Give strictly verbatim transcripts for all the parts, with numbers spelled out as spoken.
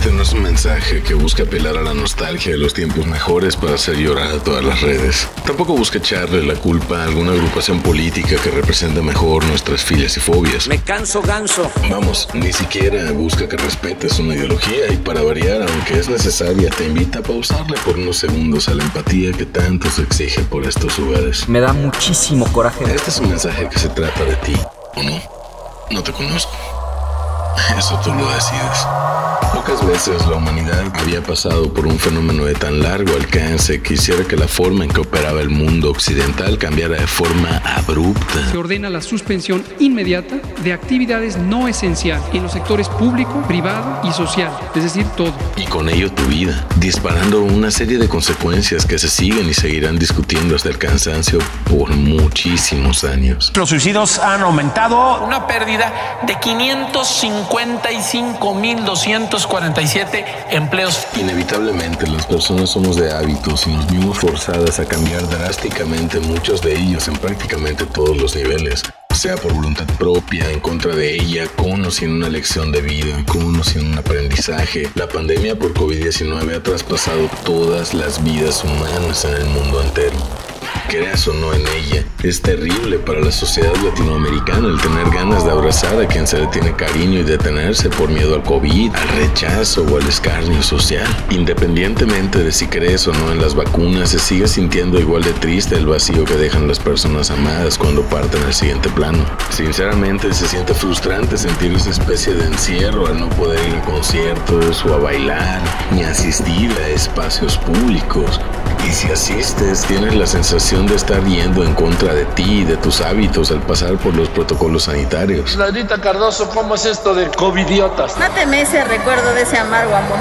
Este no es un mensaje que busca apelar a la nostalgia de los tiempos mejores para hacer llorar a todas las redes. Tampoco busca echarle la culpa a alguna agrupación política que represente mejor nuestras filias y fobias. Me canso ganso. Vamos, ni siquiera busca que respetes una ideología y para variar, aunque es necesaria, te invita a pausarle por unos segundos a la empatía que tanto se exige por estos lugares. Me da muchísimo coraje. Este es un mensaje que se trata de ti, ¿o no? No te conozco. Eso tú lo decides. Pocas veces la humanidad había pasado por un fenómeno de tan largo alcance que hiciera que la forma en que operaba el mundo occidental cambiara de forma abrupta. Se ordena la suspensión inmediata de actividades no esenciales en los sectores público, privado y social, es decir, todo. Y con ello tu vida, disparando una serie de consecuencias que se siguen y seguirán discutiendo hasta el cansancio por muchísimos años. Los suicidios han aumentado. Una pérdida de quinientos cincuenta y cinco mil doscientos cuarenta y siete empleos. Inevitablemente las personas somos de hábitos y nos vimos forzadas a cambiar drásticamente muchos de ellos en prácticamente todos los niveles. Sea por voluntad propia, en contra de ella, con o sin una lección de vida, con o sin un aprendizaje. La pandemia por covid diecinueve ha traspasado todas las vidas humanas en el mundo entero. Creas o no en ella, es terrible para la sociedad latinoamericana el tener ganas de abrazar a quien se le tiene cariño y detenerse por miedo al COVID, al rechazo o al escarnio social. Independientemente de si crees o no en las vacunas, se sigue sintiendo igual de triste el vacío que dejan las personas amadas cuando parten al siguiente plano. Sinceramente, se siente frustrante sentir esa especie de encierro al no poder ir a conciertos o a bailar, ni asistir a espacios públicos. Y si asistes, tienes la sensación de estar yendo en contra de ti y de tus hábitos al pasar por los protocolos sanitarios. Laurita Cardoso, ¿cómo es esto de covidiotas? Máteme ese recuerdo de ese amargo amor.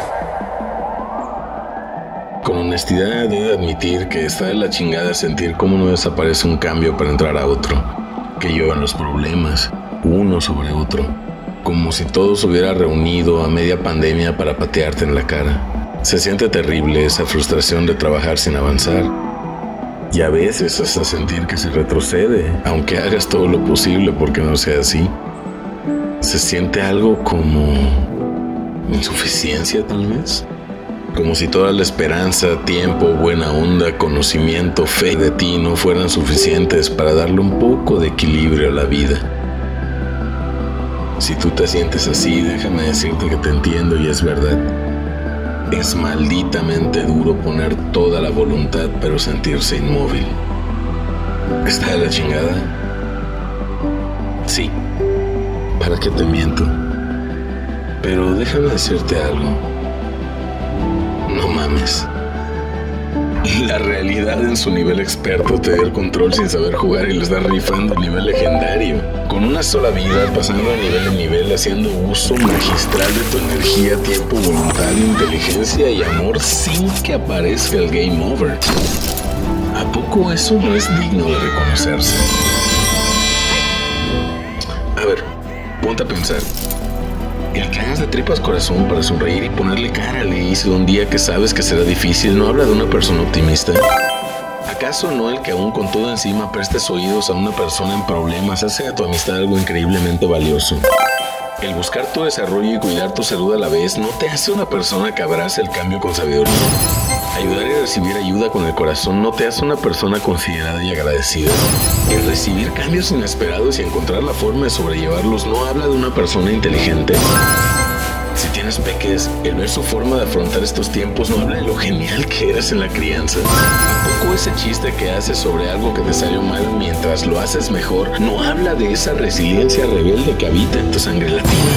Con honestidad, he de admitir que está de la chingada sentir cómo no desaparece un cambio para entrar a otro, que llevan los problemas, uno sobre otro, como si todo se hubiera reunido a media pandemia para patearte en la cara. Se siente terrible esa frustración de trabajar sin avanzar. Y a veces hasta sentir que se retrocede, aunque hagas todo lo posible porque no sea así. Se siente algo como insuficiencia, tal vez. Como si toda la esperanza, tiempo, buena onda, conocimiento, fe de ti no fueran suficientes para darle un poco de equilibrio a la vida. Si tú te sientes así, déjame decirte que te entiendo y es verdad. Es malditamente duro poner toda la voluntad pero sentirse inmóvil. ¿Está de la chingada? Sí. ¿Para qué te miento? Pero déjame decirte algo. No mames. La realidad en su nivel experto te da el control sin saber jugar y le estás rifando a nivel legendario. Con una sola vida, pasando de nivel en nivel, haciendo uso magistral de tu energía, tiempo, voluntad, inteligencia y amor sin que aparezca el game over. ¿A poco eso no es digno de reconocerse? A ver, ponte a pensar. El que hagas de tripas corazón para sonreír y ponerle cara al inicio de un día que sabes que será difícil no habla de una persona optimista. ¿Acaso no el que aún con todo encima prestes oídos a una persona en problemas hace de tu amistad algo increíblemente valioso? El buscar tu desarrollo y cuidar tu salud a la vez no te hace una persona que abrace el cambio con sabiduría. Ayudar y recibir ayuda con el corazón no te hace una persona considerada y agradecida. El recibir cambios inesperados y encontrar la forma de sobrellevarlos no habla de una persona inteligente. Si tienes peques, el ver su forma de afrontar estos tiempos no habla de lo genial que eres en la crianza. ¿A poco ese chiste que haces sobre algo que te salió mal mientras lo haces mejor no habla de esa resiliencia rebelde que habita en tu sangre latina?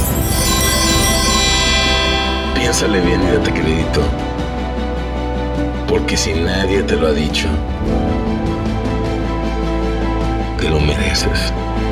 Piénsale bien y date crédito. Porque si nadie te lo ha dicho, te lo mereces.